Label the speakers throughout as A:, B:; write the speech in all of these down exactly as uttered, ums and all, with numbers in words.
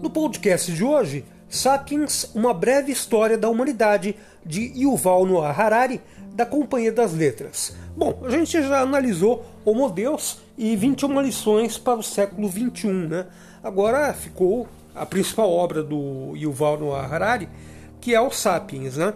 A: No podcast de hoje, Sapiens, uma breve história da humanidade, de Yuval Noah Harari, da Companhia das Letras. Bom, a gente já analisou Homo Deus e vinte e uma lições para o século vinte e um, né? Agora ficou a principal obra do Yuval Noah Harari, que é o Sapiens, né?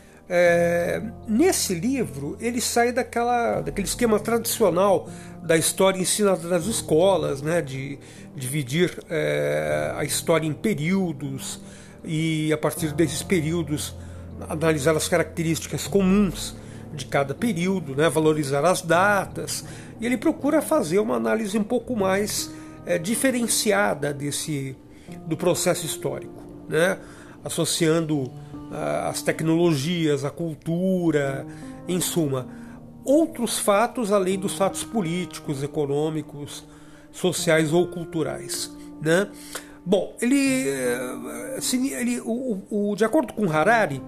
A: É, nesse livro ele sai daquela, daquele esquema tradicional da história ensinada nas escolas, né, de dividir é, a história em períodos e a partir desses períodos analisar as características comuns de cada período, né, valorizar as datas, e ele procura fazer uma análise um pouco mais é, diferenciada desse, do processo histórico, né, associando as tecnologias, a cultura, em suma, outros fatos além dos fatos políticos, econômicos, sociais ou culturais, né? Bom, ele, ele o, o, de acordo com Harari,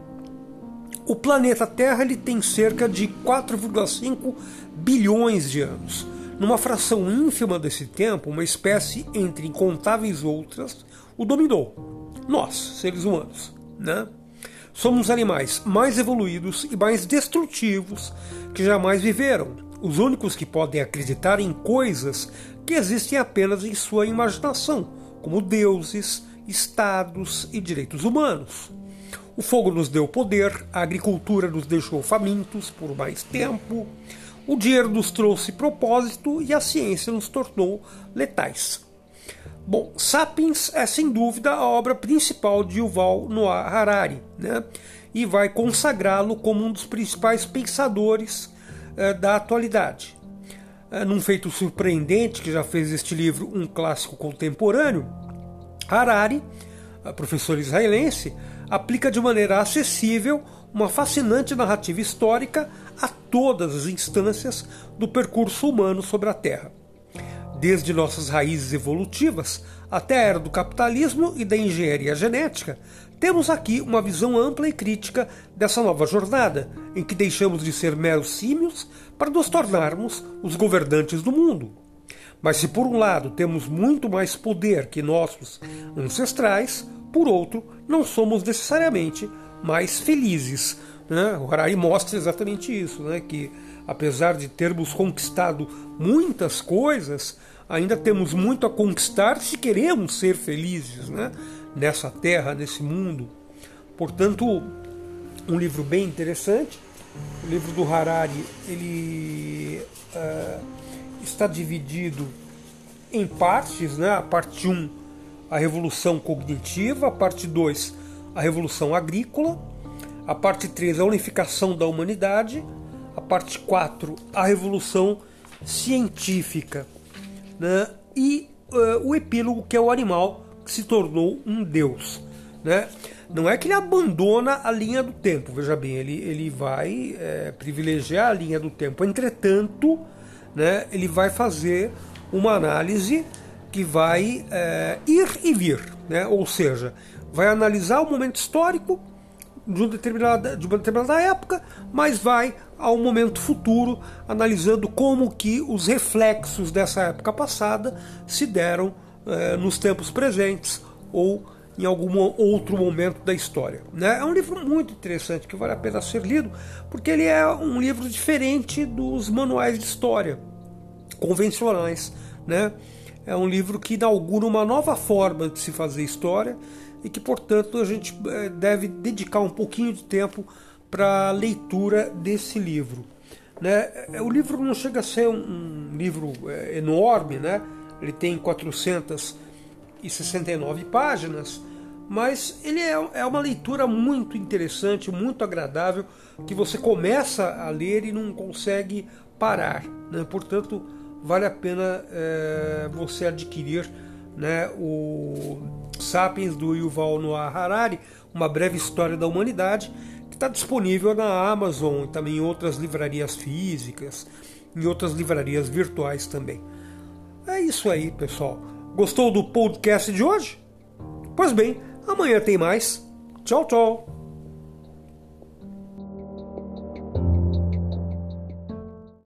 A: o planeta Terra ele tem cerca de quatro vírgula cinco bilhões de anos. Numa fração ínfima desse tempo, uma espécie entre incontáveis outras o dominou. Nós, seres humanos, né? Somos animais mais evoluídos e mais destrutivos que jamais viveram, os únicos que podem acreditar em coisas que existem apenas em sua imaginação, como deuses, estados e direitos humanos. O fogo nos deu poder, a agricultura nos deixou famintos por mais tempo, o dinheiro nos trouxe propósito e a ciência nos tornou letais. Bom, Sapiens é sem dúvida a obra principal de Yuval Noah Harari, né? E vai consagrá-lo como um dos principais pensadores eh, da atualidade. Eh, num feito surpreendente que já fez este livro um clássico contemporâneo, Harari, professor israelense, aplica de maneira acessível uma fascinante narrativa histórica a todas as instâncias do percurso humano sobre a Terra. Desde nossas raízes evolutivas até a era do capitalismo e da engenharia genética, temos aqui uma visão ampla e crítica dessa nova jornada, em que deixamos de ser meros símios para nos tornarmos os governantes do mundo. Mas se por um lado temos muito mais poder que nossos ancestrais, por outro, não somos necessariamente mais felizes, né? O Harari mostra exatamente isso, né? Que apesar de termos conquistado muitas coisas, ainda temos muito a conquistar se queremos ser felizes, né? Nessa terra, nesse mundo. Portanto, um livro bem interessante. O livro do Harari ele, uh, está dividido em partes, né? A parte um, a Revolução Cognitiva, a parte dois, a Revolução Agrícola, a parte três, a Unificação da Humanidade, a parte quatro, a Revolução Científica, né? E uh, o epílogo, que é o animal que se tornou um deus, né? Não é que ele abandona a linha do tempo, veja bem, ele, ele vai é, privilegiar a linha do tempo, entretanto, né, ele vai fazer uma análise que vai é, ir e vir, né? Ou seja, vai analisar o momento histórico de uma determinada, de uma determinada época, mas vai ao momento futuro, analisando como que os reflexos dessa época passada se deram eh, nos tempos presentes ou em algum outro momento da história, né? É um livro muito interessante, que vale a pena ser lido, porque ele é um livro diferente dos manuais de história convencionais, né? É um livro que inaugura uma nova forma de se fazer história e que, portanto, a gente deve dedicar um pouquinho de tempo para a leitura desse livro, né? O livro não chega a ser um, um livro é, enorme, né? Ele tem quatrocentas e sessenta e nove páginas, mas ele é, é uma leitura muito interessante, muito agradável, que você começa a ler e não consegue parar, né? Portanto, vale a pena é, você adquirir, né, o Sapiens do Yuval Noah Harari, uma breve história da humanidade, que está disponível na Amazon e também em outras livrarias físicas, em outras livrarias virtuais também. É isso aí, pessoal. Gostou do podcast de hoje? Pois bem, amanhã tem mais. Tchau, tchau.